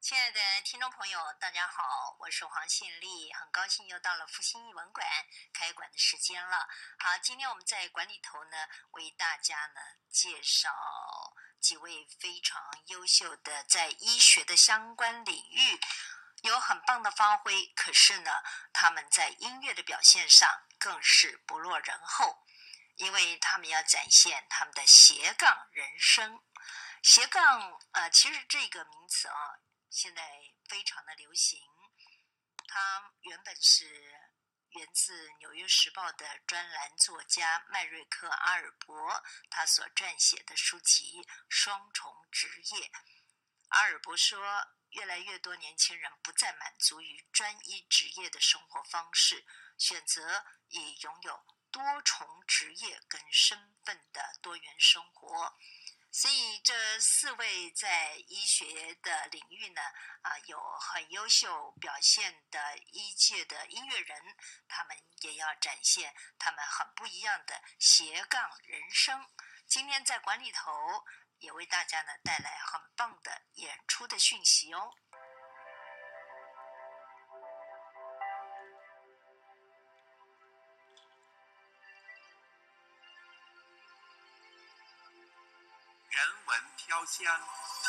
亲爱的听众朋友，大家好，我是黄信丽，很高兴又到了复兴艺文馆开馆的时间了。好，今天我们在馆里头呢，为大家呢介绍几位非常优秀的在医学的相关领域有很棒的发挥，可是呢，他们在音乐的表现上更是不落人后，因为他们要展现他们的斜杠人生。斜杠其实这个名词啊，现在非常的流行。它原本是源自《纽约时报》的专栏作家麦瑞克·阿尔伯他所撰写的书籍《双重职业》。阿尔伯说，越来越多年轻人不再满足于专一职业的生活方式，选择以拥有多重职业跟身份的多元生活。所以这四位在医学的领域呢，有很优秀表现的医界的音乐人，他们也要展现他们很不一样的斜杠人生。今天在馆里头也为大家呢带来很棒的演出的讯息哦。 人文飘香，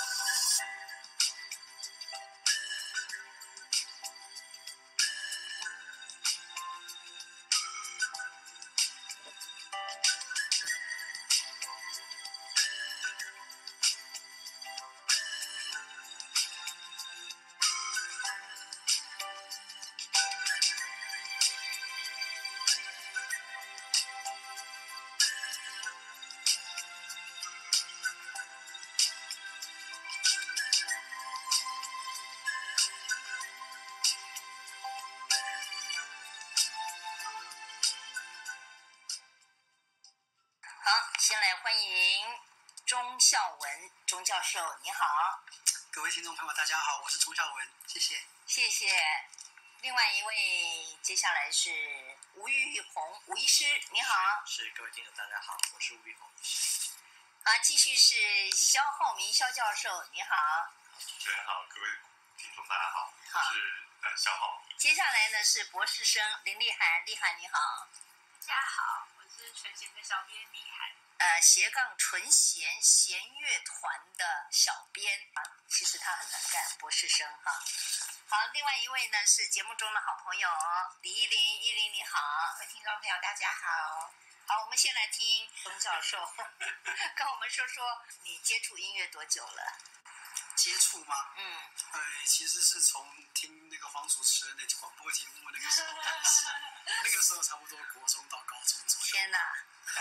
好，先来欢迎钟孝文钟教授，你好。 各位听众朋友，大家好，我是钟孝文，谢谢。 谢谢。另外一位，接下来是吴玉红吴医师，你好。 是各位听众大家好，我是吴玉红医师。 好，继续是肖浩明肖教授，你好。 主持人好，各位听众大家好， 好， 我是肖浩明。 接下来呢是博士生林立涵，立涵你好。 大家好，我是纯贤的小编立涵。 斜杠纯弦弦乐团的小编啊，其实他很能干，博士生哈。好，另外一位呢是节目中的好朋友李依林，依林你好。 各位听众朋友大家好。 好，我们先来听钟教授跟我们说说你接触音乐多久了？ 接触吗？其实是从听那个黄主持人的广播节目那个时候开始，那个时候差不多国中到高中左右。 天哪！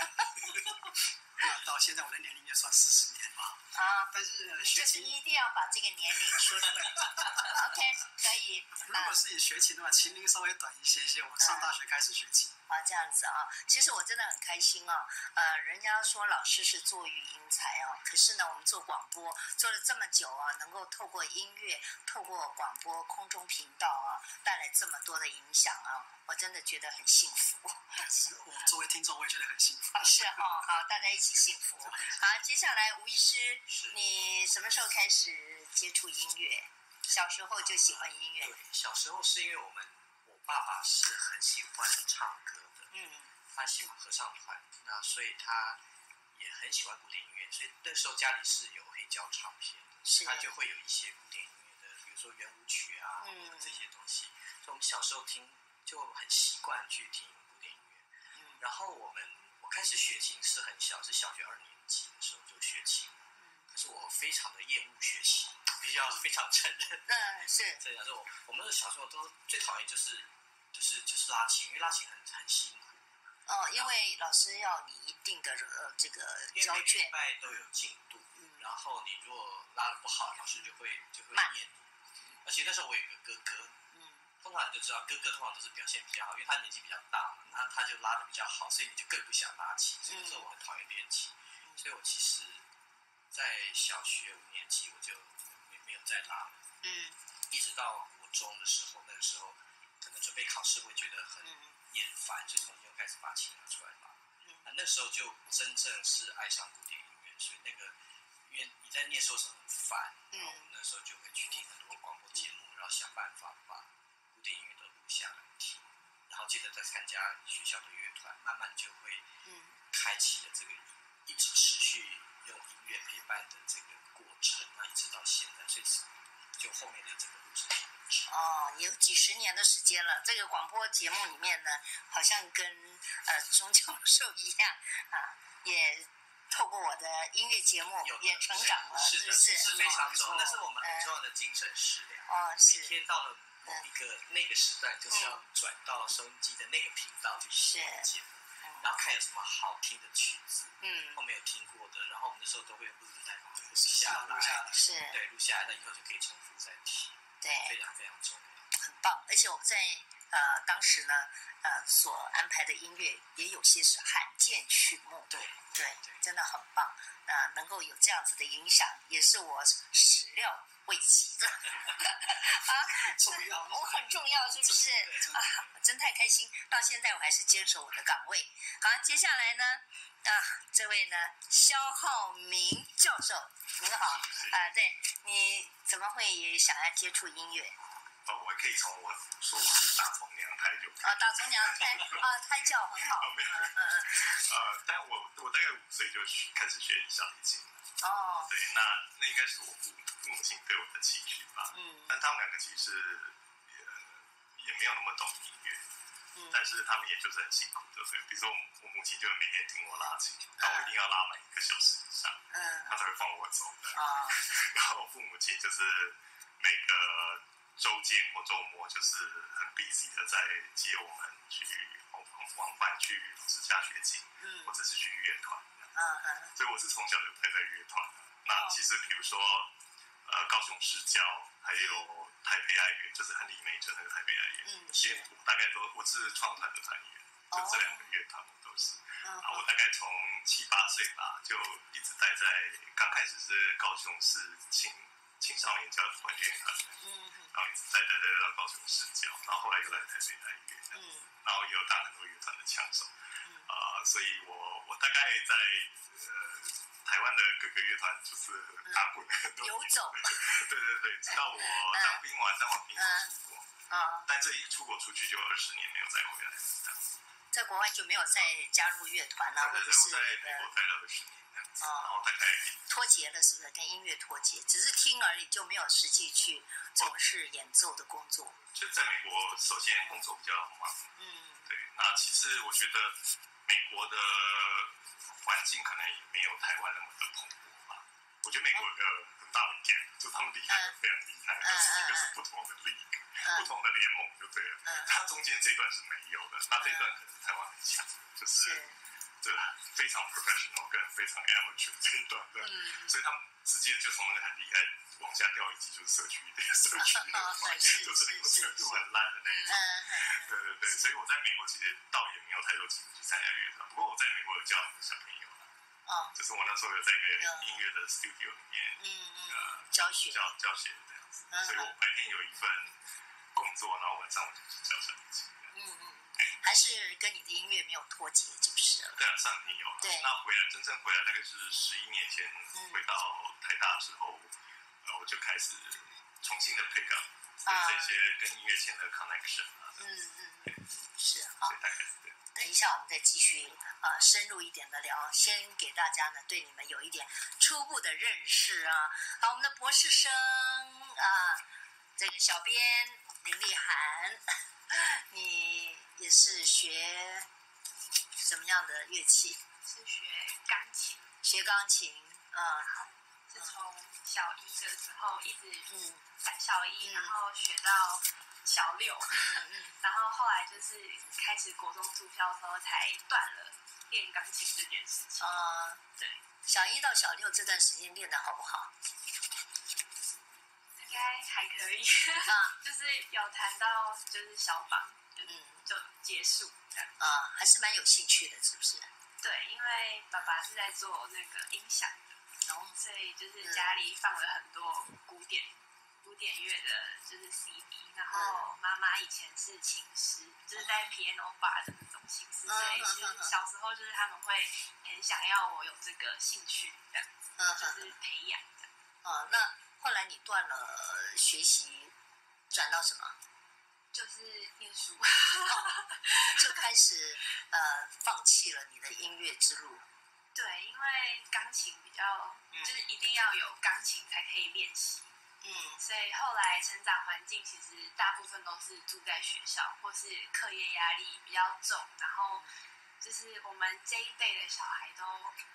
到现在我的年龄也算40年吧。但是学琴一定要把这个年龄说出来。OK， 可以。 如果是以学琴的话，琴龄稍微短一些，我上大学开始学琴。 这样子啊，其实我真的很开心啊。人家说老师是作育英才啊，可是呢，我们做广播做了这么久啊，能够透过音乐、透过广播空中频道啊，带来这么多的影响啊，我真的觉得很幸福。 我作为听众，我也觉得很幸福。 是哈，好，大家一起幸福。好，接下来吴医师，你什么时候开始接触音乐？小时候就喜欢音乐？ 对，小时候是因为我爸爸是很喜欢唱歌的，他喜欢合唱团，那所以他也很喜欢古典音乐，所以那时候家里是有黑胶唱片的，他就会有一些古典音乐的，比如说圆舞曲啊，这些东西，所以我们小时候听就很习惯去听古典音乐。然后我开始学琴是很小，是小学2年级的时候就学琴，可是我非常的厌恶学习，必须要非常承认。 是。 这样说，我们小时候都最讨厌就是拉琴，因为拉琴很辛苦。 因为老师要你一定的这个交卷， 因为每个礼拜都有进度，然后你如果拉得不好，老师就会念你。而且那时候我有一个哥哥，通常你就知道哥哥通常都是表现比较好，因为他年纪比较大嘛，他就拉得比较好，所以你就更不想拉琴。所以那时候我很讨厌练琴，所以我其实在小学5年级我就没有再拉了。一直到国中的时候，那个时候可能准备考试会觉得很厌烦，就重新又开始把琴拿出来拉。那时候就真正是爱上古典音乐，所以那个因你在念书的时候很烦，然后我们那时候就会去听很多广播节目，然后想办法把古典音乐都录下来听，然后接着再参加学校的乐团，慢慢就会开启了这个一直持续用音乐陪伴的这个过程，那一直到现在，所以就后面的这个路程很长。 哦，也有几十年的时间了。这个广播节目里面呢，好像跟钟教授一样啊，也透过我的音乐节目也成长了，是不是？ 是非常重要，那是我们很重要的精神食粮。 是。 每天到了某一个那个时段，就是要转到收音机的那个频道去听我们节目，然后看有什么好听的曲子，后面有听过的，然后我们那时候都会录音带把它录下来， 是， 对，录下来，那以后就可以重复再听， 对， 非常非常重要， 很棒。而且我们在当时呢，所安排的音乐也有些是罕见曲目，对，真的很棒。能够有这样子的影响，也是我始料未及的。 重要， 我很重要，是不是？真太开心！到现在我还是坚守我的岗位。好，接下来呢，这位呢，萧浩明教授，您好。对，你怎么会也想要接触音乐？ 我可以从我说我是打从娘胎就打从娘胎胎教很好。 但我大概5岁就开始学小提琴了。对，那应该是我父母亲对我的期许吧。但他们两个其实也没有那么懂音乐，但是他们也就是很辛苦，对不对？比如说我母亲就每天听我拉琴，然后我一定要拉满1个小时以上，她才会放我走的。然后我父母亲就是每个周间或周末就是很 busy 的在接我们去往返去老师家学琴，或者是去乐团。所以我是从小就待在乐团的。那其实比如说高雄市交，还有台北爱乐，就是亨利梅珍那个台北爱乐，我大概我是创团的团员，就这2个乐团我都是。我大概从7、8岁吧，就一直待在刚开始是高雄市青少年交管乐团，然后一直待到高雄市交，然后后来又来台北爱乐，然后也有当很多乐团的枪手，所以我大概在台湾的各个乐团就是打滚很多游走， 对，直到我当兵完当完兵出国，但这一出国出去就20年没有再回来，这样子。 在国外就没有再加入乐团啦，或者是在美国待了20年。然后大概脱节了，是不是？跟音乐脱节，只是听而已，就没有实际去从事演奏的工作。 就在美国，首先工作比较忙，对。那其实我觉得美国的环境可能也没有台湾那么的蓬勃吧。我觉得美国有个很大的 gap， 就他们厉害的非常厉害，但是一个是不同的 league， 不同的联盟就对了。它中间这一段是没有的，那这一段可能是台湾很强，就是这非常 professional 跟非常 amateur 这一段的，所以他们直接就从那个很厉害往下掉一级，就是社区的就是程度很烂的那一种。对，所以我在美国其实倒也没有太多机会去参加乐团，不过我在美国有教很多小朋友啦，就是我那时候有在一个音乐的 studio 里面教学这样子，所以我白天有一份工作，然后晚上我就去教小提琴。 还是跟你的音乐没有脱节就是了。 对啊，上没有。对。那真正回来大概是11年前，回到台大之后，我就开始重新的 pick up 这些跟音乐线的 connection 是啊。大概是这样。等一下我们再继续深入一点的聊，先给大家呢对你们有一点初步的认识啊。好，我们的博士生这个小编林立涵。你也是学什么样的乐器？ 是学钢琴。 学钢琴， 是从小1的时候一直小1，然后学到小6，然后后来就是开始国中住校的时候才断了练钢琴这件事情。对， 小1到小6这段时间练得好不好？ 应该还可以，就是有弹到就是小榜，就结束这样。 还是蛮有兴趣的，是不是？ 对，因为爸爸是在做那个音响的，所以就是家里放了很多古典乐的，就是 CD。然后妈妈以前是琴师，就是在 piano bar 的那种琴师，所以其实小时候就是他们会很想要我有这个兴趣，这样子，就是培养这样。 那后来你断了学习，转到什么？ 就是念书， 就开始放弃了你的音乐之路。 对，因为钢琴比较，就是一定要有钢琴才可以练习。所以后来成长环境其实大部分都是住在学校，或是课业压力比较重，然后就是我们这一辈的小孩都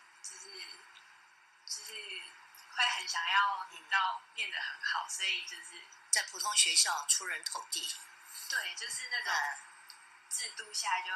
就是会很想要念得很好，所以就是在普通学校出人头地。 对，就是那种制度下就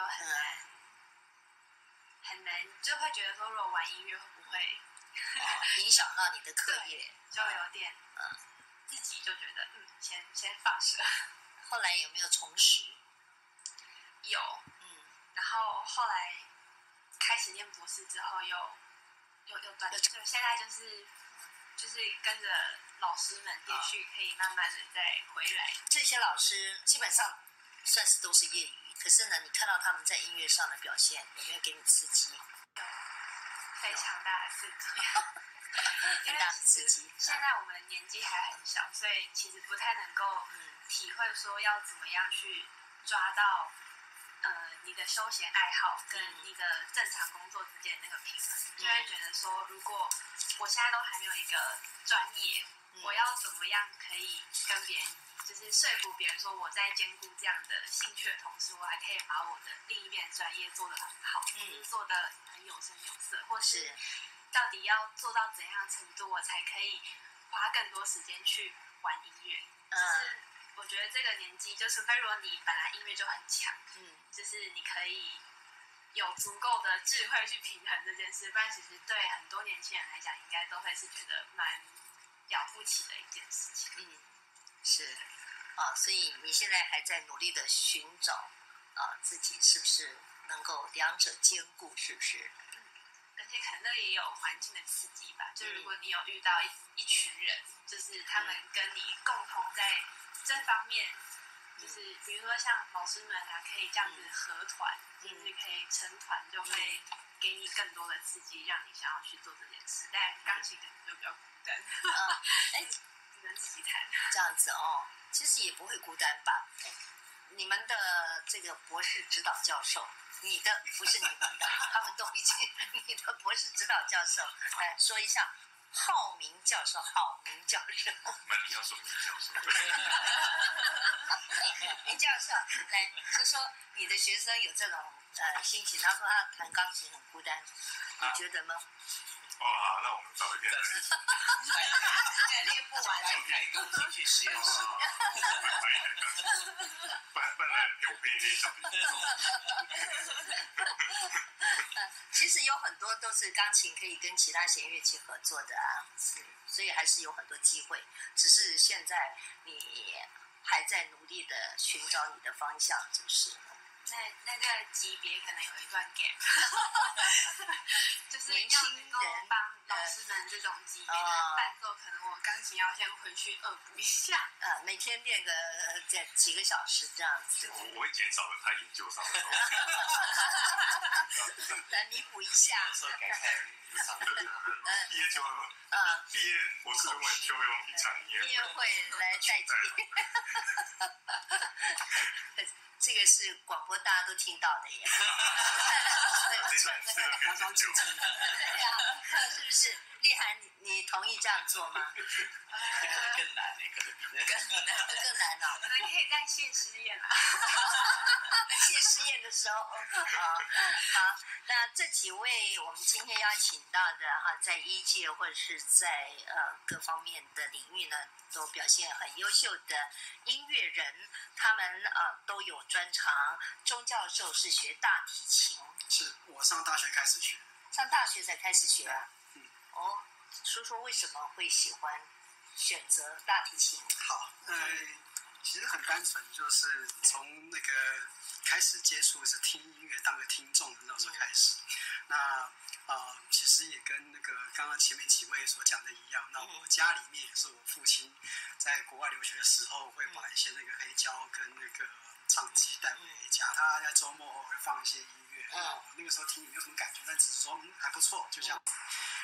很难，就会觉得说，如果玩音乐会不会影响到你的课业？ 就有点自己就觉得先放舍。 后来有没有重拾？ 有，然后后来开始念博士之后又断，就现在就是跟着老师们也许可以慢慢的再回来。 这些老师基本上算是都是业余，可是呢，你看到他们在音乐上的表现，有没有给你刺激？ 非常大的刺激， 很大的刺激。 现在我们年纪还很小，所以其实不太能够体会说要怎么样去抓到你的休闲爱好跟你的正常工作之间的那个平衡，就会觉得说，如果我现在都还没有一个专业，我要怎么样可以跟别人，就是说服别人说我在兼顾这样的兴趣的同时，我还可以把我的另一边专业做得很好，做得很有声有色，或是到底要做到怎样程度，我才可以花更多时间去玩音乐，就是我觉得这个年纪，就除非如果你本来音乐就很强，就是你可以有足够的智慧去平衡这件事，不然其实对很多年轻人来讲，应该都会是觉得蛮了不起的一件事情。 是所以你现在还在努力的寻找自己是不是能够两者兼顾，是不是？ 而且可能也有环境的刺激吧，就如果你有遇到一群人，就是他们跟你共同在这方面，就是比如说像老师们可以这样子合团，就是可以成团，就会给你更多的刺激，让你想要去做这件事。但钢琴可能就比较孤单，只能自己弹。 这样子其实也不会孤单吧？你们的这个博士指导教授，你的不是你们的，他们都已经你的博士指导教授，来说一下。浩明教授，明教授， 你要说明教授， 明教授，来说说你的学生有这种心情，他说他弹钢琴很孤单，你觉得吗？ 好，那我们找一天来一起。 练不完了， 开钢琴去实验室。 不然来我陪你练小提琴。 其实有很多都是钢琴可以跟其他弦乐器合作的所以还是有很多机会，只是现在你还在努力的寻找你的方向，就是那个级别可能有一段 gap， 就是要能够帮老师们这种级别的伴奏，可能我钢琴要先回去恶补一下。 每天练个几个小时这样子。 我会减少了他研究上的东西，来弥补一下。 有时候改开日常课， 毕业就毕业博士论文就用一场音乐会来代替。这个是广播，大家都听到的耶。对呀，是不是？丽涵，你同意这样做吗？ 更难可能比更难哦。 可能可以在线实验啦。 线实验的时候，好，那这几位我们今天邀请到的在医界或者是在各方面的领域呢，都表现很优秀的音乐人，他们都有专长。钟教授是学大提琴， 是我上大学开始学， 上大学才开始学啊。说说为什么会喜欢选择大提琴？ 好，其实很单纯，就是从那个开始接触是听音乐当个听众的那时候开始。那其实也跟那个刚刚前面几位所讲的一样，那我家里面也是我父亲在国外留学的时候会把一些那个黑胶跟那个唱机带回家，他在周末会放一些音乐。我那个时候听也没有什么感觉，但只是说还不错，就这样。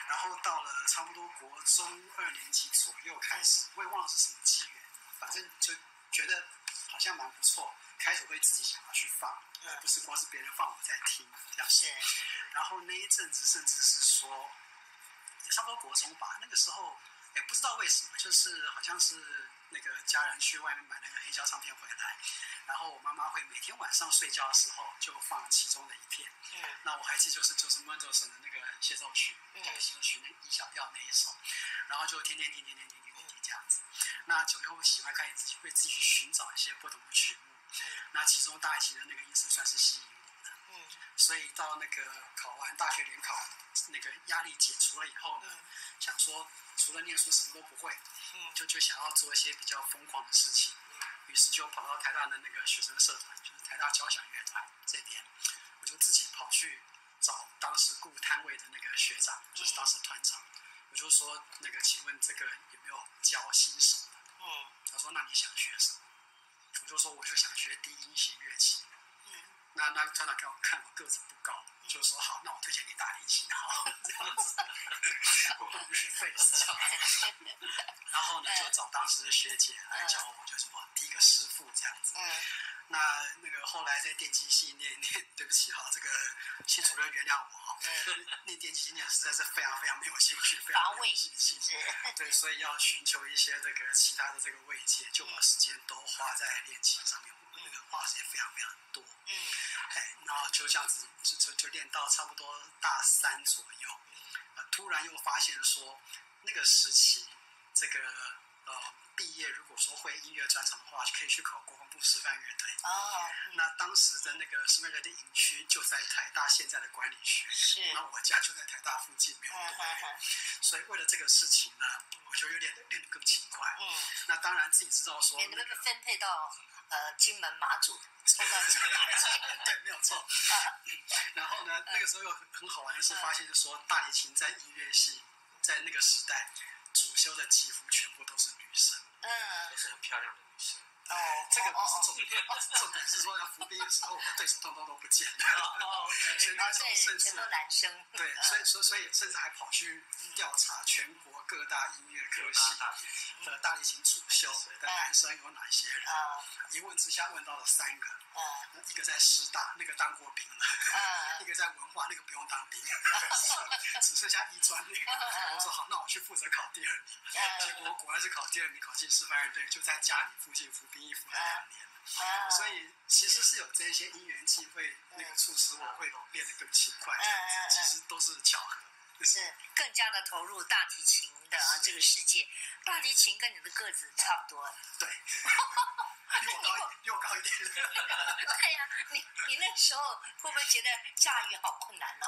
然后到了差不多国中2年级左右开始，我也忘了是什么机缘，反正就觉得好像蛮不错，开始会自己想要去放，不是光是别人放我在听这样。 是。 然后那一阵子甚至是说，也差不多国中吧，那个时候也不知道为什么，就是好像是那个家人去外面买那个黑胶唱片回来，然后我妈妈会每天晚上睡觉的时候就放其中的一片。那我还记得就是门德森的那个协奏曲，协奏曲那E小调那一首，然后就天天听这样子。那久以后喜欢开始自己去寻找一些不同的曲目，那其中大提琴的那个音色算是吸引我的。所以到那个考完大学联考，那个压力解除了以后呢，想说除了念书什么都不会，就想要做一些比较疯狂的事情，于是就跑到台大的那个学生社团，就是台大交响乐团这边，我就自己跑去找当时顾摊位的那个学长，就是当时团长，我就说那个请问这个有没有教新手的？他说那你想学什么？我就说我就想学低音弦乐器。那团长看我个子不高，就说好，那我推荐你大提琴，好这样子，我不学费是这样子。然后呢，就找当时的学姐来教我，就是我第一个师傅这样子。那个后来在电机系念，对不起哈，这个系主任原谅我哈，念电机系念实在是非常非常没有兴趣，非常没有兴趣。对，所以要寻求一些这个其他的这个慰藉，就把时间都花在练琴上面，那个花时间非常非常多。然后就这样子就练到差不多大3左右，突然又发现说那个时期这个毕业如果说会音乐专长的话，就可以去考国防部示范乐队。那当时的那个示范乐队营区就在台大现在的管理学院，那我家就在台大附近，没有多远，所以为了这个事情呢，我就练得更勤快。那当然自己知道说， 你能不能分配到金门马祖？ 对，没有错。然后呢，那个时候又很好玩的是，发现说大提琴在音乐系在那个时代主修的几乎全部都是女生， 都是很漂亮的女生。 这个不是重点，重点是说要服兵的时候，我们对手通通都不见了。所以那个时候甚至全都男生。对， 所以甚至还跑去调查全国各大音乐科系的大提琴主修的男生有哪些人。一问之下问到了3个，一个在师大，那个当过兵了；一个在文化，那个不用当兵，只剩下艺专那个。我说好，那我去负责考第2名。结果果然是考第2名，考进示范乐队，就在家里附近服兵役服了2年。所以其实是有这些因缘际会，那个促使我会练得更勤快。其实都是巧合。 是更加的投入大提琴的这个世界。大提琴跟你的个子差不多。 对。比我高一点。 对呀，你那时候会不会觉得驾驭好困难呢？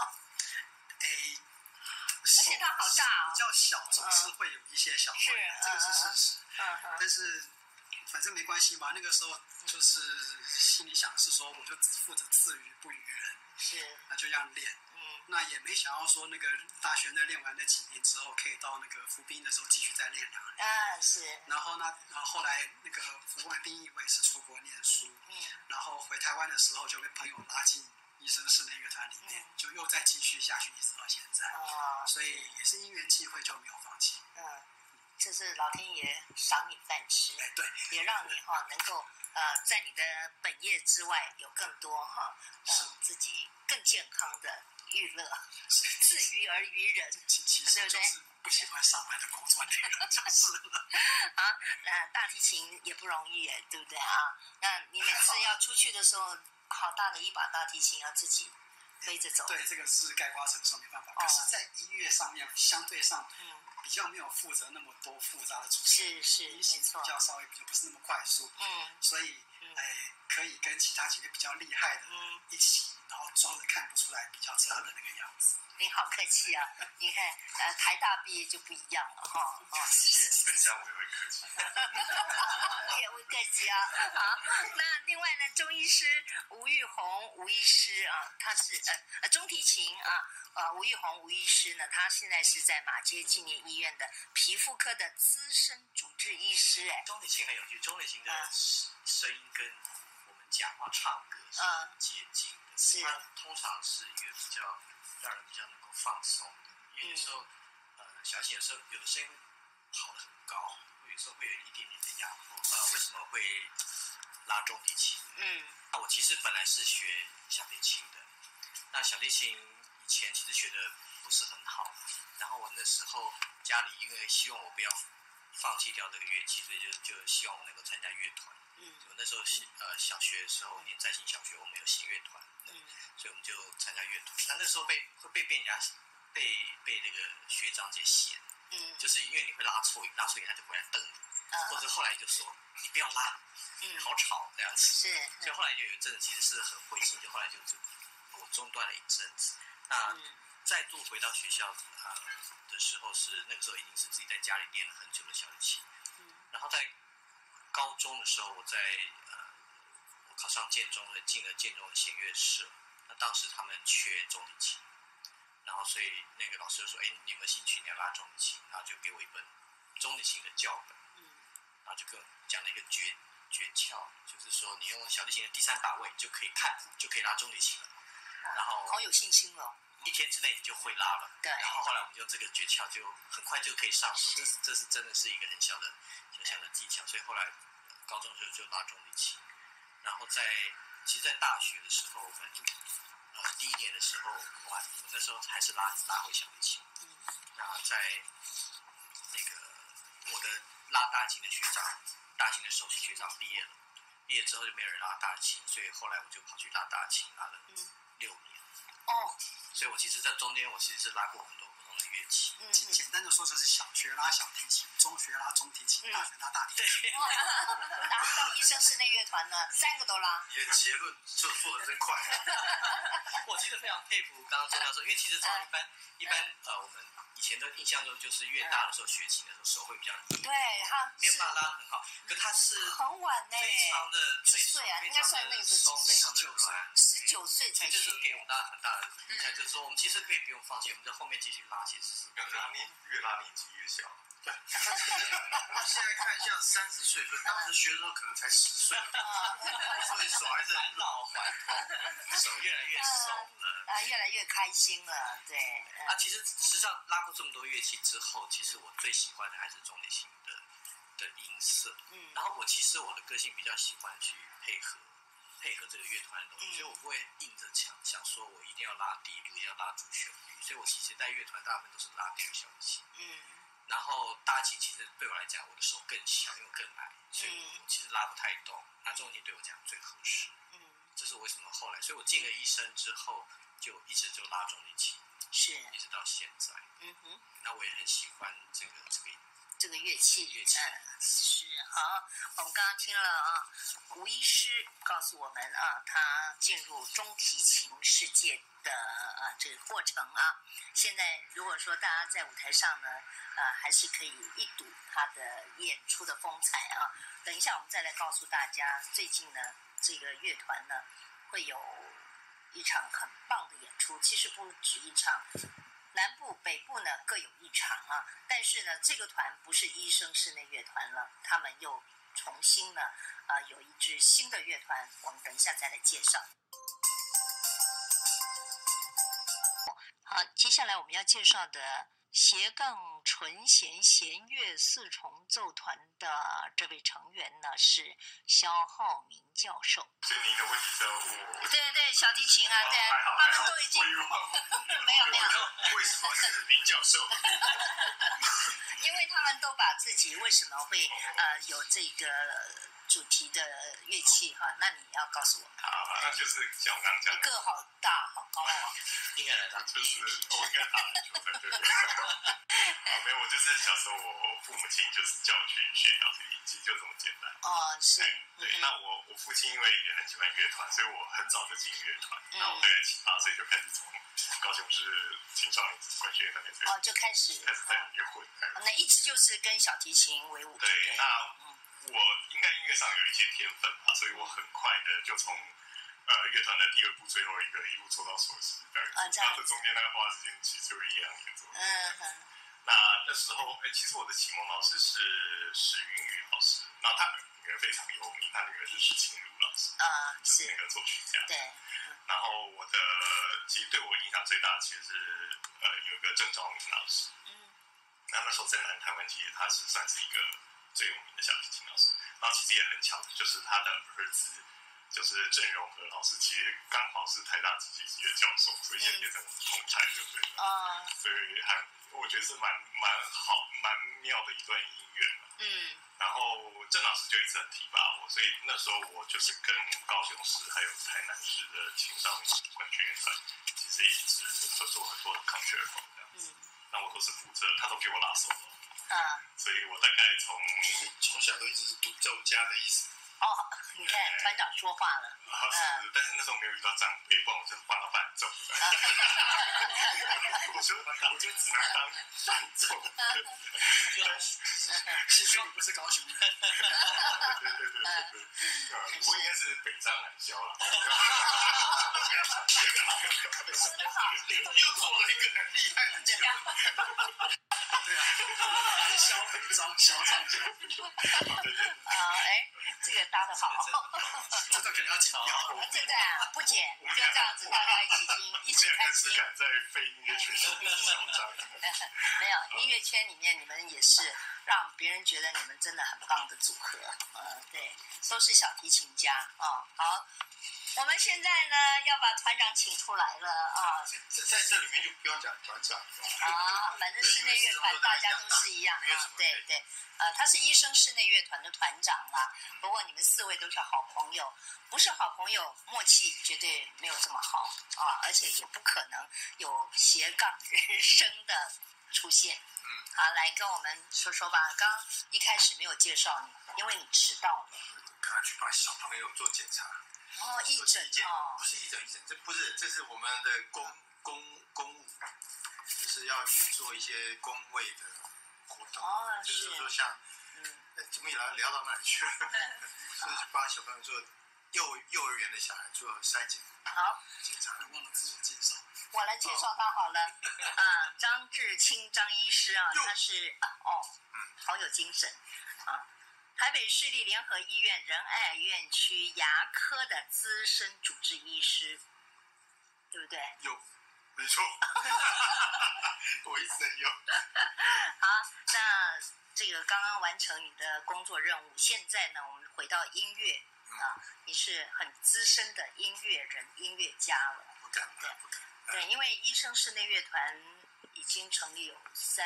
而且它好大哦， 比较小，总是会有一些小困难，这个是事实。但是反正没关系嘛，那个时候就是心里想的是说，我就只负责自娱不娱人，那就这样练。那也没想到说那个大学那练完那几年之后，可以到那个服兵的时候继续再练2年。然后呢，后来那个服完兵役，我也是出国念书。然后回台湾的时候，就被朋友拉进医生室内乐团里面，就又再继续下去，一直到现在。所以也是因缘际会，就没有放弃。 这是老天爷赏你饭吃， 对， 也让你能够在你的本业之外有更多自己更健康的娱乐，自娱而娱人， 其实就是不喜欢上班的工作内容就是了。 大提琴也不容易对不对啊？那你每次要出去的时候，好大的一把大提琴要自己背着走。 对，这个是概括承受，没办法。可是，在音乐上面，相对上比较没有负责那么多复杂的主持， 是没错， 比较稍微比较不是那么快速。所以可以跟其他几个比较厉害的一起，然后装着看不出来比较差的那个样子。 你好客气啊！你看，台大毕业就不一样了是。 这样我也会客气。 我也会客气啊！好，那另外呢，中医师吴玉红吴医师他是中提琴吴玉红吴医师呢，他现在是在马偕纪念医院的皮肤科的资深主治医师。 中提琴很有趣，中提琴的声音跟我们讲话唱歌是接近的，它通常是一个比较让人比较能够放松的，因为有时候小提琴有的声音跑得很高，有时候会有一点点的压迫。为什么会拉中提琴？那我其实本来是学小提琴的，那小提琴以前其实学的不是很好，然后我那时候家里因为希望我不要放弃掉这个乐器，所以就希望我能够参加乐团。我那时候小学的时候念在新小学，我们有弦乐团，所以我们就参加乐团。那时候会被人家被那个学长姐嫌，就是因为你会拉错音，他就回来瞪你，或者后来就说你不要拉，好吵这样子。是，所以后来就有一阵子其实是很灰心，就后来就我中断了一阵子。那再度回到学校的时候是那个时候已经是自己在家里练了很久的小提琴，然后在高中的时候我我考上建中了，进了建中的弦乐社，那当时他们缺中提琴，然后所以那个老师就说，你有没有兴趣你要拉中提琴，然后就给我一本中提琴的教本，然后就跟我讲了一个诀窍，就是说你用小提琴的第3把位就可以看谱，就可以拉中提琴了，然后好有信心了。 1天之内你就会拉了，对。然后后来我们用这个诀窍，就很快就可以上手。这是真的是一个很小的技巧，所以后来高中的时候就拉中提琴，然后其实，在大学的时候，我们第1年的时候我那时候还是拉回小提琴。那在那个我的拉大提琴的学长，大提琴的首席学长毕业之后就没有人拉大提琴，所以后来我就跑去拉大提琴，拉了6年。所以我其实在中间我其实是拉过很多不同的乐器。 简单的说就是小学拉小提琴，中学拉中提琴，大学拉大提琴。 然后到医生室内乐团呢，3个都拉。 你的结论就做得真快。 我其实非常佩服刚刚周教授，因为其实这样一般我们以前的印象中就是越大的时候学琴的时候手会比较硬， 对，他没有办法拉得很好，可他是很晚呢， 非常的几岁啊？应该算那个时候几岁？19岁才学， 就是给我们大家很大的印象，就是说我们其实可以不用放弃，我们在后面继续拉，其实是越拉年纪越小。 现在看像30岁，当时学的时候可能才10岁，所以手还是很老缓， 手越来越松了， 越来越开心了，对。 其实实际上拉过这么多乐器之后，其实我最喜欢的还是中提琴的音色。然后我的个性比较喜欢去配合这个乐团的东西，所以我不会硬着想说我一定要拉第一路，一定要拉主旋律。所以我其实在乐团大部分都是拉第2小提琴。然后大提琴其实对我来讲，我的手更小，因为更矮，所以我其实拉不太动。那中提琴对我讲最合适。这是为什么后来，所以我进了医生之后，就一直就拉中提琴，是一直到现在。那我也很喜欢这个乐器。 是好。我们刚刚听了吴医师告诉我们他进入中提琴世界的这个过程现在如果说大家在舞台上呢还是可以一睹他的演出的风采等一下我们再来告诉大家，最近呢这个乐团呢会有一场很棒的演出，其实不止一场。南部、北部呢各有一场但是呢，这个团不是医生室内乐团了，他们又重新呢有一支新的乐团，我们等一下再来介绍。好，接下来我们要介绍的斜杠纯弦弦乐4重奏团的这位成员呢是萧浩明教授。 所以您的问题是要问我？ 对，小提琴对，他们都已经没有。 为什么是明教授？ 因为他们都把自己为什么会有这个主题的乐器那你要告诉我。 那就是像我刚刚讲的， 你个好大好高应该来打， 就是我应该打篮球才对。没有，我就是小时候我父母亲就是叫我去学小提琴，就这么简单。 是。 对，那我父亲因为也很喜欢乐团，所以我很早就进乐团。那我大概7、8岁就开始从高雄市青少年管弦乐团就开始在里面混。 那一直就是跟小提琴为伍。 对，那我应该音乐上有一些天分吧，所以我很快的就从乐团的第2部最后一个一路做到首席，这样子中间那个花时间其实有1、2年左右。那时候其实我的启蒙老师是史云宇老师，那他女儿非常有名，他女儿是史清如老师就是那个作曲家。 对。 然后其实对我影响最大的其实是有一个郑昭明老师。 那时候在南台湾，其实他是算是一个最有名的小提琴老师。然后其实也很巧的，就是他的儿子就是郑荣和老师，其实刚好是台大机械系的教授，所以也变成同台，对不对？所以我觉得是蛮好、蛮妙的一段姻缘了。然后郑老师就一直很提拔我，所以那时候我就是跟高雄市还有台南市的青少年管弦乐团，其实一直合作很多的 concerto 这样子。那我都是负责，他都给我拉手了。所以我大概从小都一直是独奏家的意思。 你看团长说话了。 但是那时候没有遇到长辈，不然我就帮他伴奏。我就只能当伴奏。 其实你不是高雄人。 对。我应该是北张南萧了。 说得好， 又做了一个很厉害的结论。 对啊，萧北张，萧张萧。 这个搭得好。 这段肯定要剪掉。 这段不剪，就这样子大家一起听，一起开心。 敢在非音乐圈嚣张。 没有，音乐圈里面你们也是让别人觉得你们真的很棒的组合。对，都是小提琴家好，我们现在呢要把团长请出来了在这里面就不要讲团长反正室内乐团大家都是一样对。他是医生室内乐团的团长啦。不过你们4位都是好朋友，不是好朋友默契绝对没有这么好而且也不可能有斜杠人生的出现。好，来跟我们说说吧。刚一开始没有介绍你，因为你迟到了。 刚刚去帮小朋友做检查。 义诊不是义诊，这是我们的公务，就是要去做一些公卫的活动。就是说像怎么聊到哪里去了？就是帮小朋友做幼儿园的小孩做筛检。 好， 检查忘了自我介绍。 我来介绍他好了。张志清张医师他是好有精神台北市立联合医院仁爱院区牙科的资深主治医师，对不对？ 有，没错。我一直在有。 好，那这个刚刚完成你的工作任务，现在呢，我们回到音乐你是很资深的音乐人、音乐家了。 不敢。 对，因为医生室内乐团已经成立有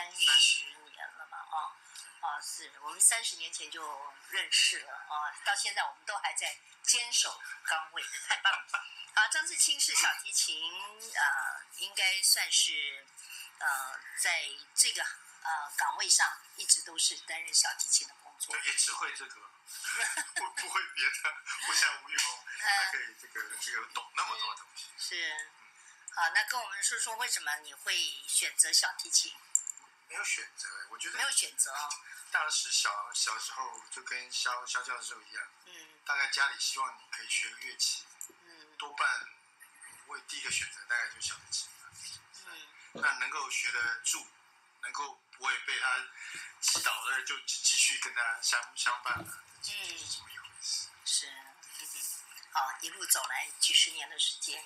30年了嘛是我们30年前就认识了到现在我们都还在坚守岗位，太棒了。张志清是小提琴应该算是在这个岗位上一直都是担任小提琴的工作。 也只会这个，不会别的，不像吴玉峰，他可以这个懂那么多东西。 是。好，那跟我们说说为什么你会选择小提琴？ 没有选择，我觉得没有选择当然是小时候就跟肖教授一样，大概家里希望你可以学个乐器，多半我第一个选择大概就小提琴了，那能够学得住，能够不会被他击倒的，就继续跟他相伴了，是这么一回事。 是，好，一路走来几十年的时间，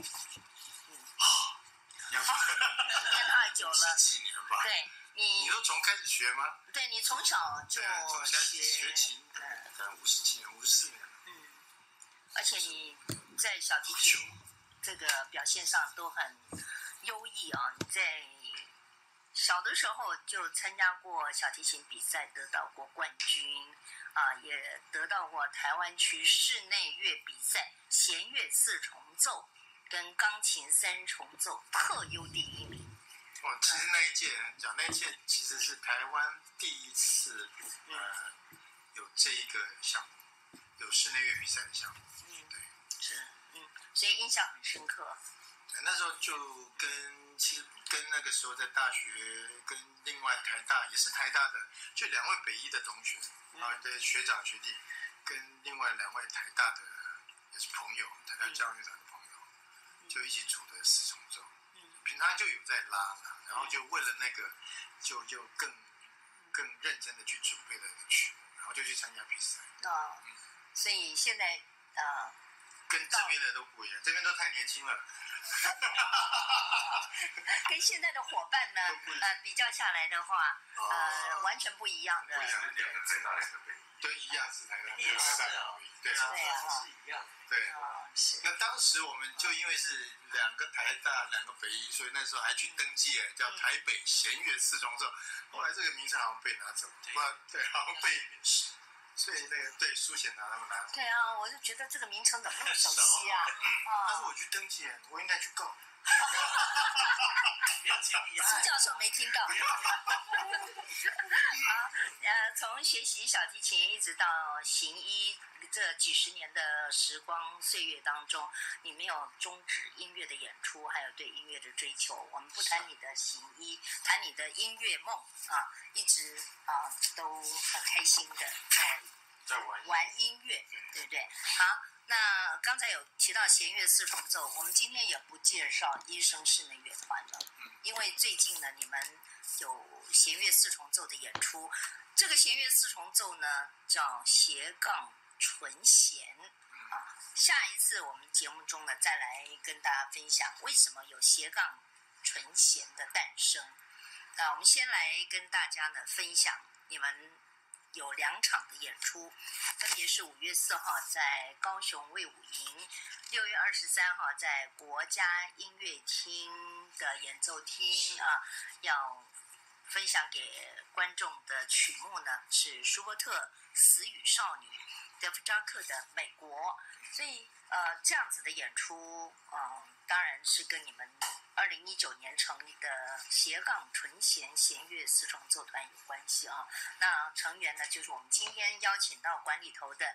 时间太久了 ，10几年吧。 对。 你都从开始学吗？ 对，你从小就学琴，可能50几年、54年了。 而且你在小提琴这个表现上都很优异你在小的时候就参加过小提琴比赛，得到过冠军也得到过台湾区室内乐比赛弦乐4重奏跟钢琴3重奏特优第1名。 其实那一届其实是台湾第一次有这一个项目，有室内乐比赛的项目。对， 是，所以印象很深刻。 对，那时候就其实跟那个时候在大学跟另外台大也是台大的，就2位北医的同学的学长学弟，跟另外2位台大的也是朋友，台大交响乐团的朋友，就一起组的4重奏。平常就有在拉了，然后就为了那个，就更认真的去准备了一个曲目，然后就去参加比赛。 所以现在跟这边的都不一样，这边都太年轻了， 跟现在的伙伴呢，比较下来的话，完全不一样的。 不一样的两个最大的北医， 对，一样是台大， 也是啊， 对， 是一样的。 对，那当时我们就因为是2个台大2个北医，所以那时候还去登记了，叫台北弦乐四重奏。后来这个名称好像被拿走，对，好像被所以那个对苏显拿他们拿走。 对啊，我就觉得这个名称怎么那么熟悉啊？ 但是我去登记，我应该去告。 苏教授没听到。从学习小提琴一直到行医这几十年的时光岁月当中，你没有终止音乐的演出，还有对音乐的追求。我们不谈你的行医，谈你的音乐梦啊，一直都很开心的在玩音乐，对不对？好。那刚才有提到弦乐四重奏，我们今天也不介绍医生室内乐团了，因为最近呢，你们有弦乐四重奏的演出。这个弦乐四重奏呢，叫斜杠纯弦啊。下一次我们节目中呢，再来跟大家分享为什么有斜杠纯弦的诞生。那我们先来跟大家呢分享你们有2场的演出，分别是5月4号在高雄卫武营，6月23号在国家音乐厅的演奏厅啊，要分享给观众的曲目呢是舒伯特《死与少女》，德弗扎克的《美国》，所以这样子的演出，当然是跟你们2019年成立的斜杠纯弦弦乐四重奏团有关系啊。那成员呢，就是我们今天邀请到馆里头的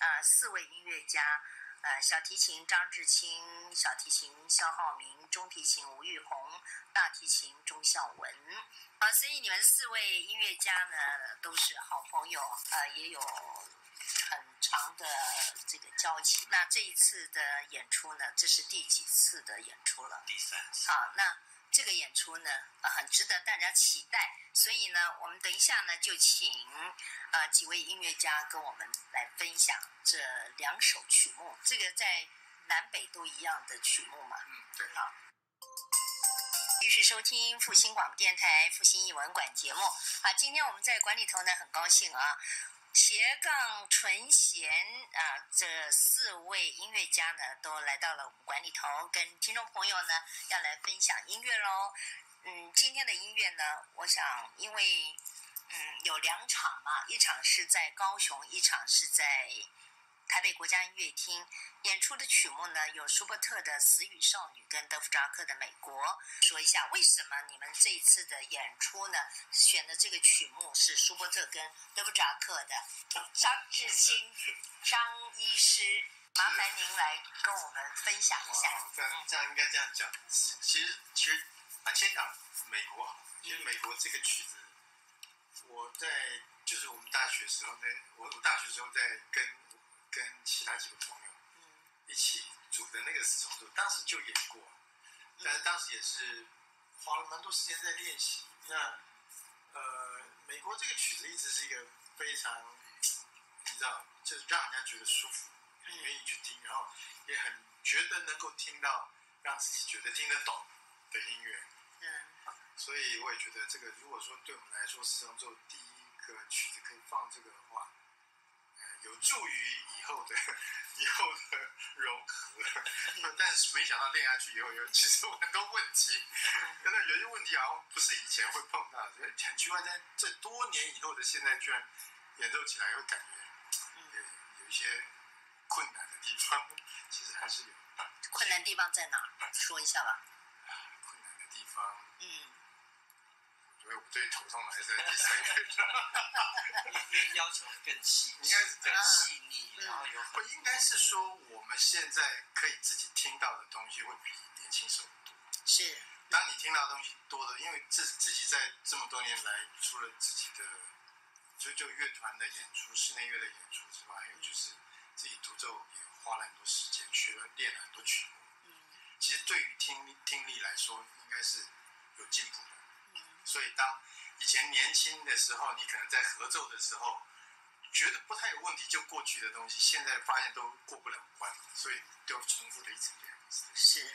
4位音乐家，小提琴张志清，小提琴肖浩明，中提琴吴玉红，大提琴钟孝文。所以你们4位音乐家呢都是好朋友，也有很长的这个交集。那这一次的演出呢，这是第几次的演出了？ 第3次。 好，那这个演出呢，很值得大家期待。所以呢，我们等一下呢，就请几位音乐家跟我们来分享这2首曲目。这个在南北都一样的曲目嘛？ 对。 好。继续收听复兴广播电台复兴艺文馆节目。今天我们在馆里头呢，很高兴啊。斜杠纯弦这4位音乐家呢，都来到了我们馆里头，跟听众朋友呢要来分享音乐喽。今天的音乐呢，我想因为有2场嘛，一场是在高雄，一场是在台北国家音乐厅。演出的曲目呢，有舒伯特的《死与少女》跟德弗扎克的《美国》。说一下为什么你们这一次的演出呢，选的这个曲目是舒伯特跟德弗扎克的。张志清张医师，麻烦您来跟我们分享一下。 这样应该这样讲。其实先讲美国好。其实美国这个曲子，我在就是我们大学时候我大学时候在跟其他几个朋友一起组的那个4重奏，当时就演过，但是当时也是花了蛮多时间在练习。那美国这个曲子一直是一个非常你知道，就是让人家觉得舒服，很愿意去听，然后也很觉得能够听到让自己觉得听得懂的音乐。所以我也觉得这个，如果说对我们来说4重奏第一个曲子可以放这个的话，有助于以后的融合。但是没想到练下去以后，其实有很多问题。真的有些问题好像不是以前会碰到的，很奇怪，在这多年以后的现在，居然演奏起来会感觉有一些困难的地方。其实还是有。 困难地方在哪？说一下吧。 困难的地方，我觉得我最头痛的还是在第3个。 因为要求更细， 应该是更细腻，然后有应该是说我们现在可以自己听到的东西会比年轻时候多。 是。 当你听到的东西多的，因为自己在这么多年来，除了自己的就乐团的演出、室内乐的演出之外，还有就是自己独奏也花了很多时间练了很多曲目。其实对于听力来说，应该是有进步的。所以当以前年轻的时候，你可能在合奏的时候觉得不太有问题就过去的东西，现在发现都过不了关，所以就重复的一直练。 是。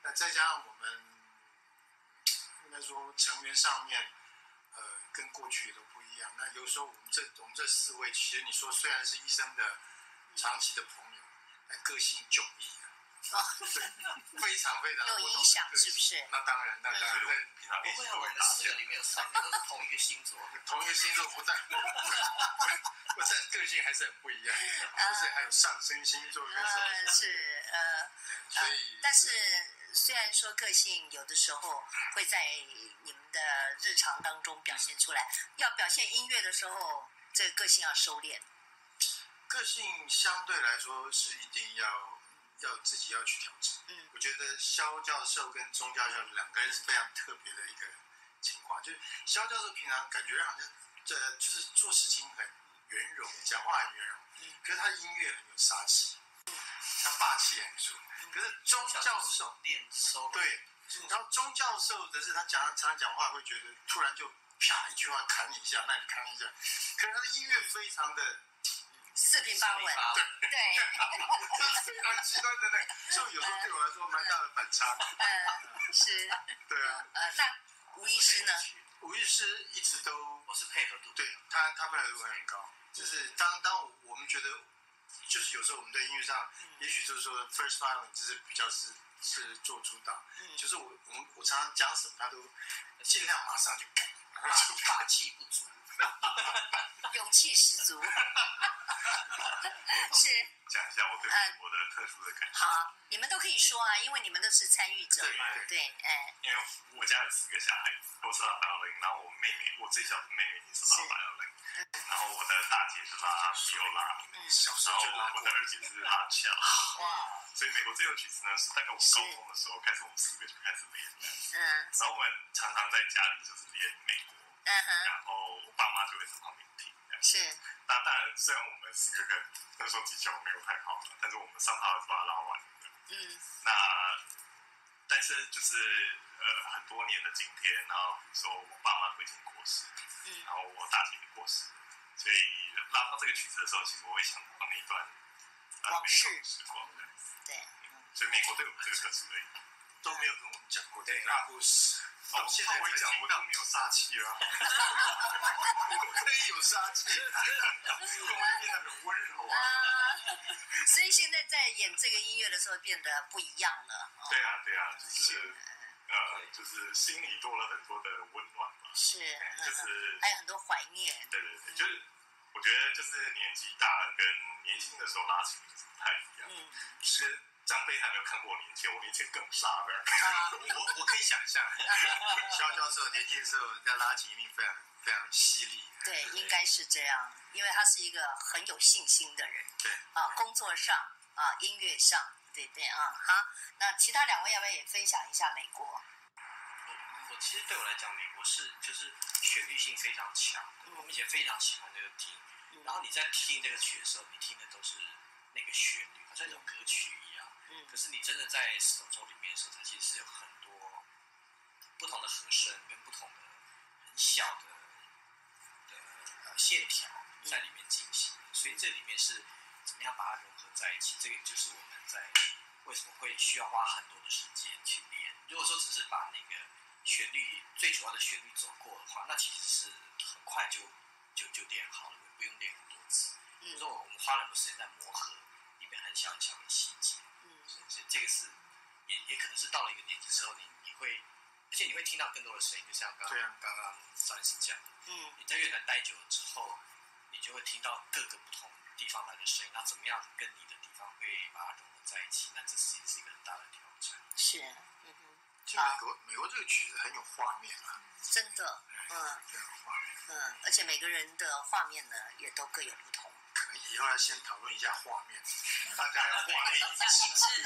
那再加上我们应该说成员上面，跟过去也都不一样。那有时候我们这4位，其实你说虽然是医生的长期的朋友，但个性迥异啊。对，非常非常有影响，是不是？ 那当然， 平常不会啊，我们4个里面有3个都是同一个星座， 同一个星座不但个性还是很不一样，不是还有上升星座跟什么？ 是所以， 但是虽然说个性有的时候会在你们的日常当中表现出来，要表现音乐的时候，这个个性要收敛。 个性相对来说是一定要自己要去调整。我觉得萧教授跟钟教授2个人是非常特别的一个情况，就是萧教授平常感觉让人就是做事情很圆融，讲话很圆融，可是他的音乐很有杀气，他霸气很足。可是钟教授练收对，然后钟教授的是他常常讲话会觉得突然就啪一句话砍你一下，那你砍一下，可是他的音乐非常的四平八稳，对， 这是非常极端的那个，所以有时候对我来说蛮大的反差。 是， 对啊。 那吴医师呢？ 吴医师一直都， 我是配合度， 对他配合度很高，就是当我们觉得，就是有时候我们在音乐上，也许就是说 first violin 就是比较是做主导，就是我常常讲什么，他都尽量马上就改，然后就霸气不足。 勇气十足，是讲一下我对我的特殊的感觉。 好，你们都可以说啊，因为你们都是参与者嘛，对， 因为我家有4个小孩子，都是拉巴林，然后我最小的妹妹也是拉巴林，然后我的大姐是拉比欧拉，然后我的二姐是拉乔，所以美国这首曲子呢是大概我高中的时候开始，我们4个就开始练了，然后我们常常在家里就是练美国。然后我爸妈就会在旁边听。 是。 那当然，虽然我们4个人那时候技巧没有太好了，但是我们上号是把它拉完的。那但是就是很多年的今天，然后比如说我爸妈都已经过世，然后我大姐也过世，所以拉到这个曲子的时候，其实我会想到那一段往事时光的。 对。 所以美国对我们这个特殊的都没有跟我们讲过这个大故事。 现在我讲，我都没有杀气了， 可以有杀气， 我会变得很温柔啊。 所以现在在演这个音乐的时候变得不一样了。 对啊，就是心里多了很多的温暖嘛。 是， 就是还有很多怀念。 对，就是我觉得就是年纪大了跟年轻的时候拉琴就是不太一样。其实张飞还没有看过我年轻，我年轻更杀的。 我可以想象，萧教授年轻的时候在拉琴一定非常非常犀利。 对，应该是这样，因为他是一个很有信心的人。 对工作上音乐上，对好，那其他2位要不要也分享一下美国？ 我其实对我来讲，美国就是旋律性非常强，我们以前非常喜欢这个听。然后你在听这个曲的时候，你听的都是那个旋律，好像一首歌曲一样。可是你真的在4重奏里面的时候，它其实是有很多不同的和声跟不同的很小的线条在里面进行，所以这里面是怎么样把它融合在一起？这个就是我们在为什么会需要花很多的时间去练。如果说只是把那个旋律最主要的旋律走过的话，那其实是很快就练好了，不用练很多次。就是说我们花了很多时间在磨合里面很小很小的细节。所以这个是也可能是到了一个年纪之后，你会，而且你会听到更多的声音，就像刚刚张医师讲的，你在乐团待久了之后，你就会听到各个不同地方来的声音，那怎么样跟你的地方会把它融合在一起？那这其实是一个很大的挑战。 是， 其实美国这个曲子很有画面啊， 真的， 非常有画面， 而且每个人的画面呢也都各有不同。 可能以后要先讨论一下画面，大家要画面一致。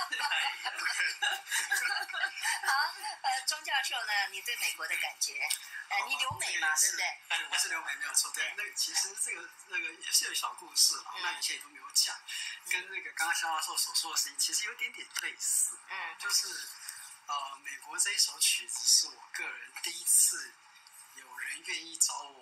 好，钟教授呢？你对美国的感觉？你留美嘛，对不对？ 我是留美，没有错。对，那其实那个也是有小故事嘛，那以前也都没有讲，跟那个刚刚萧教授所说的事情其实有点类似。就是美国这一首曲子是我个人第一次有人愿意找我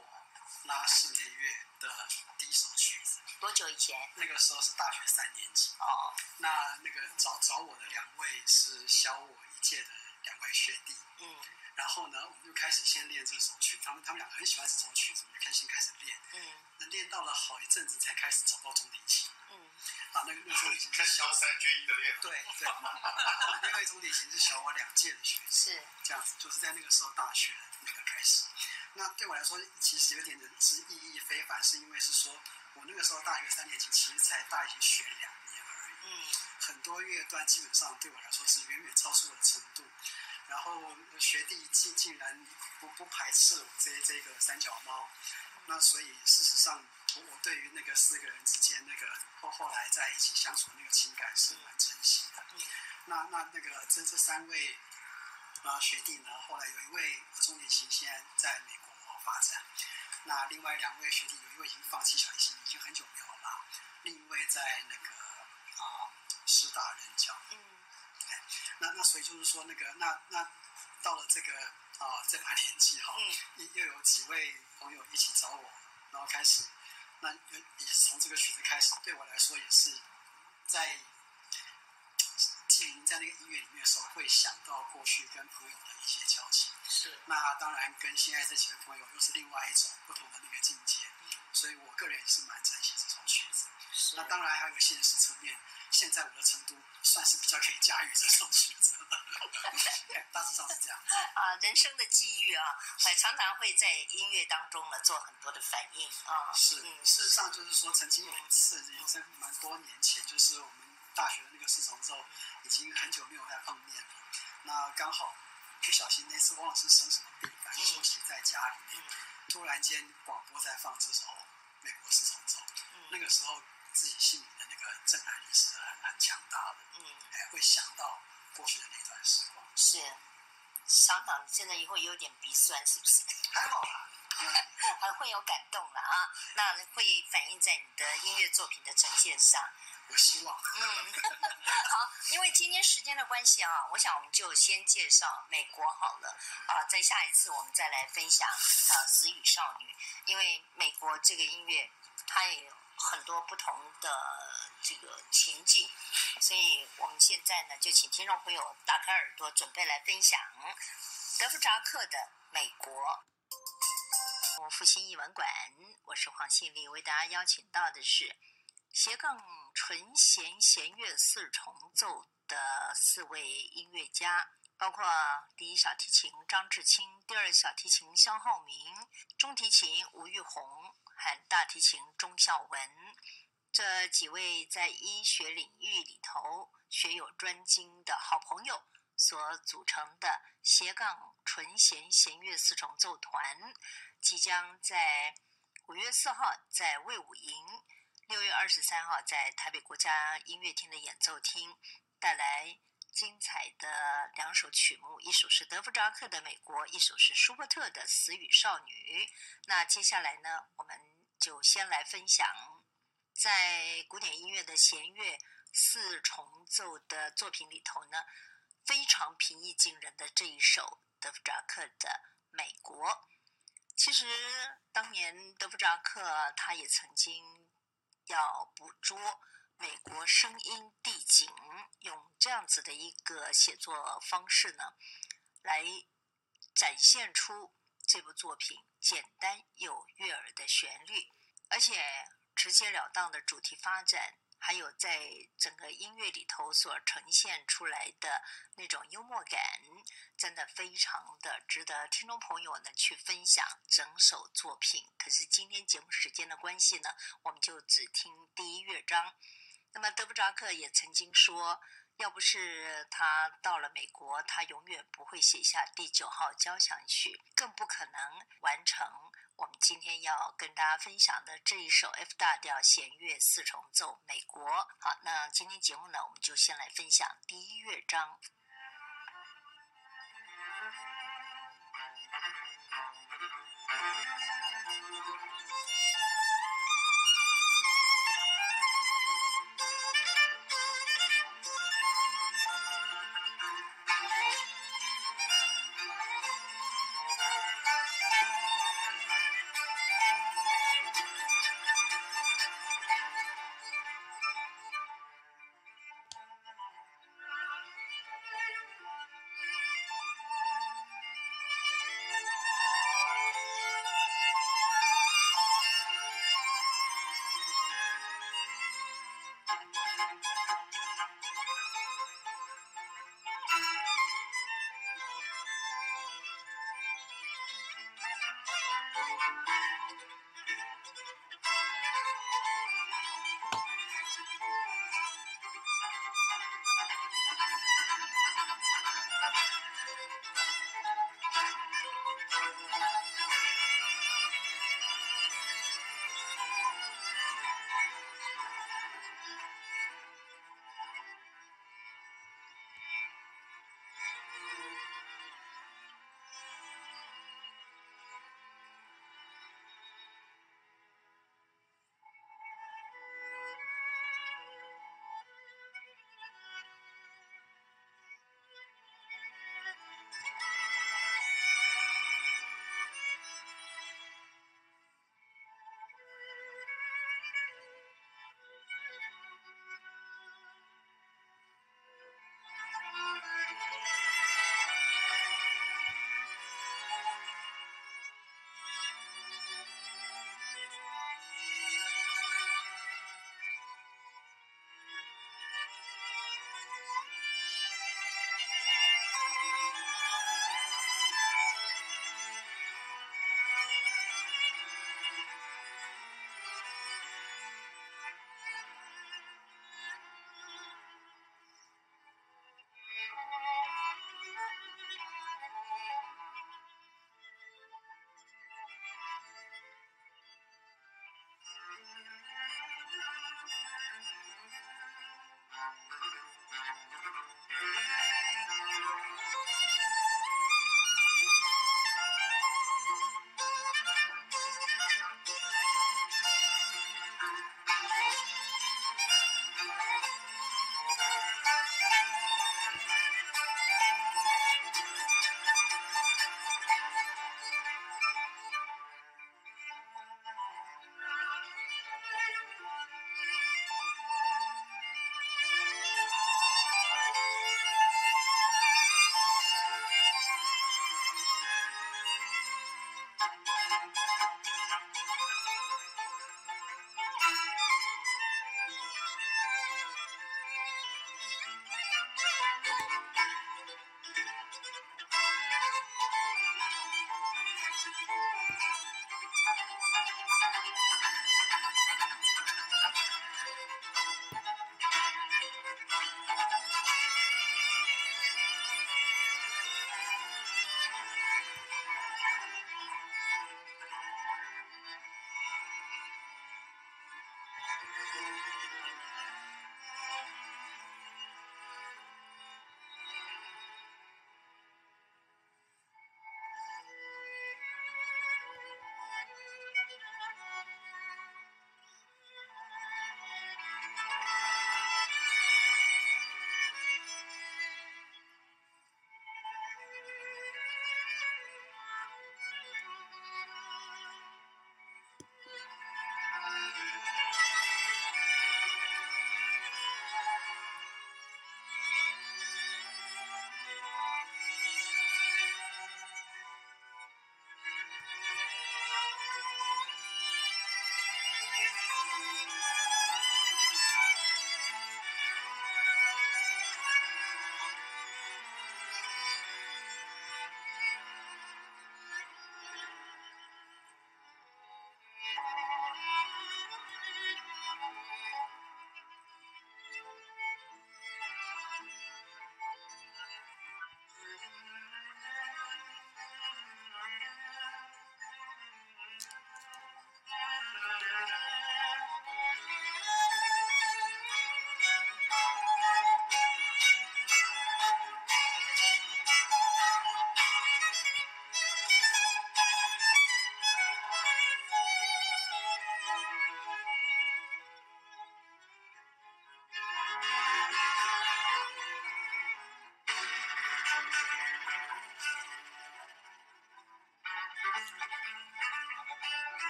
拉室内乐的第一首曲子。 多久以前？ 那个时候是大学3年级。哦。那个找我的2位是小我1届的2位学弟。嗯。然后呢，我们就开始先练这首曲，他们2个很喜欢这首曲子，我们就开始练。嗯。那练到了好一阵子，才开始找到中提琴。嗯。那时候已经开始小3缺1的练了。 对。因为中提琴是小我2届的学弟。是。这样子，就是在那个时候大学那个开始。那对我来说，其实有点是意义非凡，是因为是说我那个时候大学3年级，其实才大一些学2年而已。嗯。很多乐段基本上对我来说是远远超出我的程度。然后学弟竟然不排斥我这个三脚猫，那所以事实上我对于那个4个人之间那个后来在一起相处的那个情感是蛮珍惜的。那个这3位学弟呢，后来有一位中提琴现在在美国发展，那另外2位学弟有一位已经放弃小提琴，已经很久没有了，另一位在那个师大任教。那所以就是说那到了这个这把年纪又有几位朋友一起找我，然后开始，那也是从这个曲子开始，对我来说也是在浸淫在那个音乐里面的时候，会想到过去跟朋友的一些交情。是。那当然跟现在这几位朋友又是另外一种不同的那个境界。所以我个人也是蛮珍惜这首曲子。那当然还有一个现实层面，现在我的程度算是比较可以驾驭这首曲子了。大致上是这样。 人生的际遇常常会在音乐当中呢做很多的反应是。事实上就是说，曾经有一次也是蛮多年前，就是我们大学的那个4重奏已经很久没有再碰面了。那刚好不小心那次忘了是生什么病，反正休息在家里面，突然间广播在放这首美国4重奏。那个时候自己心里的那个震撼力是很强大的。会想到过去的那段时光。 是。常常真的会有点鼻酸，是不是？ 还好啦。 还会有感动了那会反映在你的音乐作品的呈现上。 我希望。 好，因为今天时间的关系我想我们就先介绍美国好了在下一次我们再来分享死语少女，因为美国这个音乐它也有很多不同的这个情境，所以我们现在呢就请听众朋友打开耳朵，准备来分享德弗扎克的美国。我复兴艺文馆，我是黄信丽，为大家邀请到的是斜杠纯弦弦乐4重奏的4位音乐家，包括第1小提琴张志清，第2小提琴肖浩明，中提琴吴玉红和大提琴钟孝文。这几位在医学领域里头学有专精的好朋友所组成的斜杠纯弦弦乐4重奏团，即将在5月4号在卫武营，6月23号在台北国家音乐厅的演奏厅带来精彩的2首曲目，一首是德弗扎克的美国，一首是舒伯特的死语少女。那接下来呢，我们就先来分享在古典音乐的弦乐4重奏的作品里头呢，非常平易近人的这一首德弗扎克的美国。其实当年德弗扎克他也曾经要捕捉美国声音地景，用这样子的一个写作方式呢，来展现出这部作品简单又悦耳的旋律，而且直截了当的主题发展，还有在整个音乐里头所呈现出来的那种幽默感，真的非常的值得听众朋友呢去分享整首作品。可是今天节目时间的关系呢，我们就只听第1乐章。那么德弗扎克也曾经说，要不是他到了美国，他永远不会写下第9号交响曲，更不可能完成我们今天要跟大家分享的这一首 F 大调弦乐4重奏美国。好，那今天节目呢，我们就先来分享第1乐章。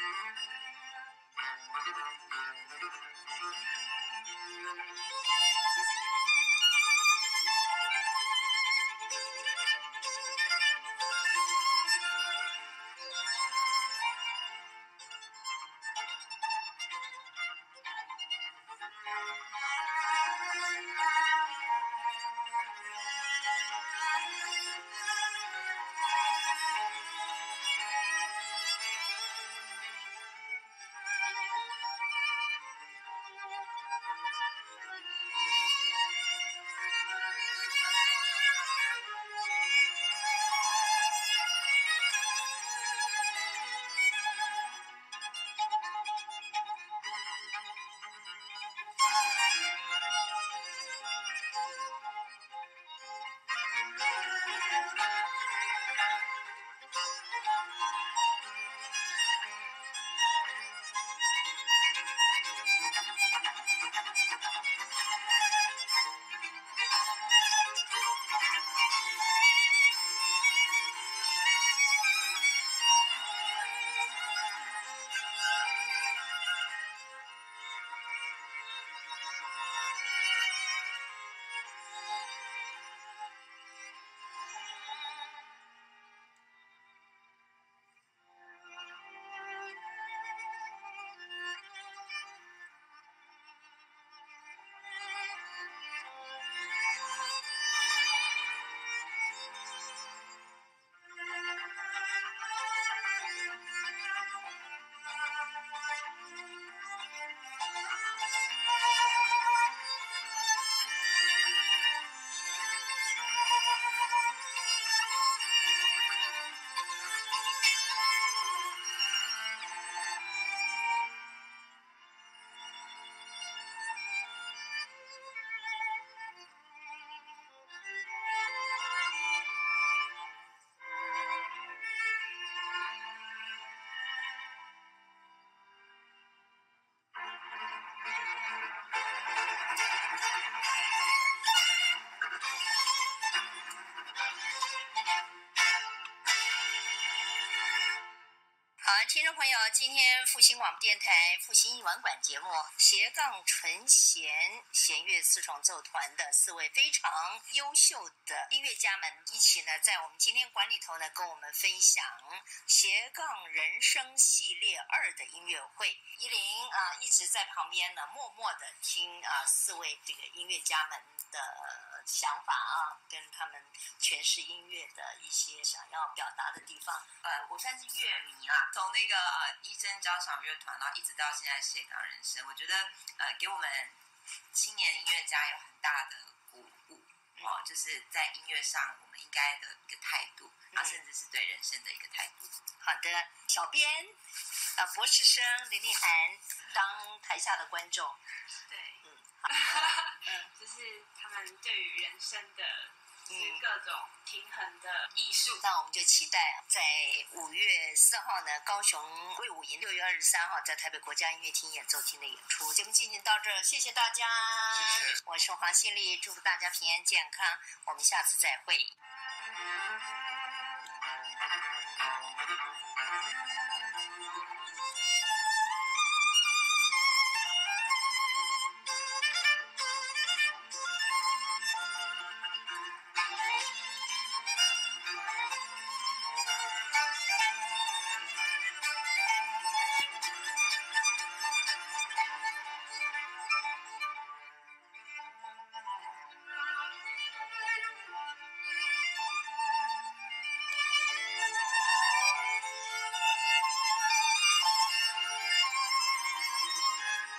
好，听众朋友，今天复兴广播电台复兴艺文馆节目斜杠纯弦弦乐四重奏团的4位非常优秀的音乐家们一起呢，在我们今天馆里头呢，跟我们分享斜杠人生系列2的音乐会。依林一直在旁边呢，默默的听4位这个音乐家们的想法跟他们诠释音乐的一些想要表达的地方。 我算是乐迷啦，从那个医生交响乐团，然后一直到现在斜杠人生，我觉得给我们青年音乐家有很大的鼓舞就是在音乐上我们应该的一个态度，甚至是对人生的一个态度。 好的，小编博士生林立涵当台下的观众。 对， 好就是他们对于人生的各种平衡的艺术。 那我们就期待在5月4号呢，高雄卫武营6月23号在台北国家音乐厅演奏厅的演出。节目进行到这，谢谢大家， 谢谢。 我是黄信丽，祝福大家平安健康，我们下次再会。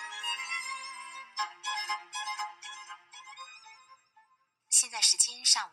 现在时间上午